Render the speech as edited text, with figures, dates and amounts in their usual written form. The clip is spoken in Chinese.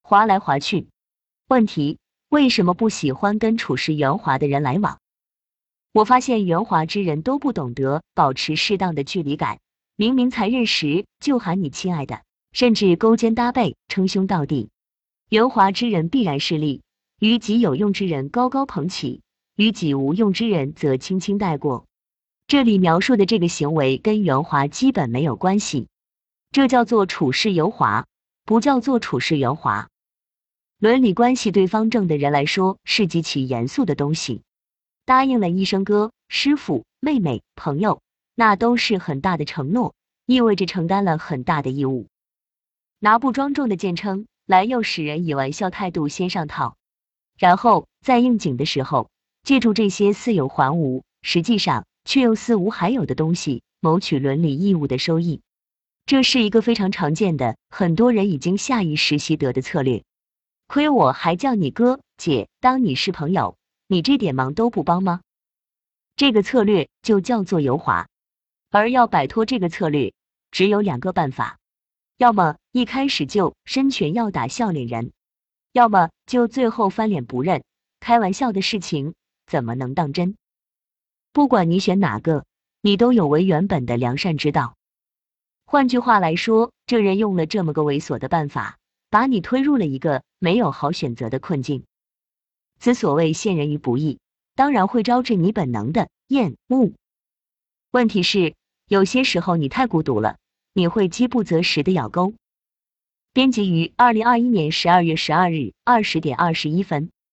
划来划去。问题：为什么不喜欢跟处事圆滑的人来往？我发现圆滑之人都不懂得保持适当的距离感，明明才认识就喊你亲爱的，甚至勾肩搭背称兄道弟。圆滑之人必然势利，与己有用之人高高捧起，与己无用之人则轻轻带过。这里描述的这个行为跟圆滑基本没有关系，这叫做处事油滑，不叫做处事圆滑。伦理关系对方正的人来说是极其严肃的东西，答应了医生哥、师傅、妹妹、朋友，那都是很大的承诺，意味着承担了很大的义务。拿不庄重的简称来诱使人以玩笑态度先上套，然后在应景的时候，借助这些似有还无，实际上却又似无还有的东西，谋取伦理义务的收益。这是一个非常常见的，很多人已经下意识习得的策略。亏我还叫你哥姐，当你是朋友，你这点忙都不帮吗？这个策略就叫做油滑。而要摆脱这个策略，只有2个办法，要么一开始就伸拳要打笑脸人，要么就最后翻脸不认，开玩笑的事情怎么能当真？不管你选哪个，你都有违原本的良善之道。换句话来说，这人用了这么个猥琐的办法，把你推入了一个没有好选择的困境。此所谓陷人于不义，当然会招致你本能的厌恶。问题是，有些时候你太孤独了，你会饥不择食的咬钩。编辑于2021年12月12日20点21分。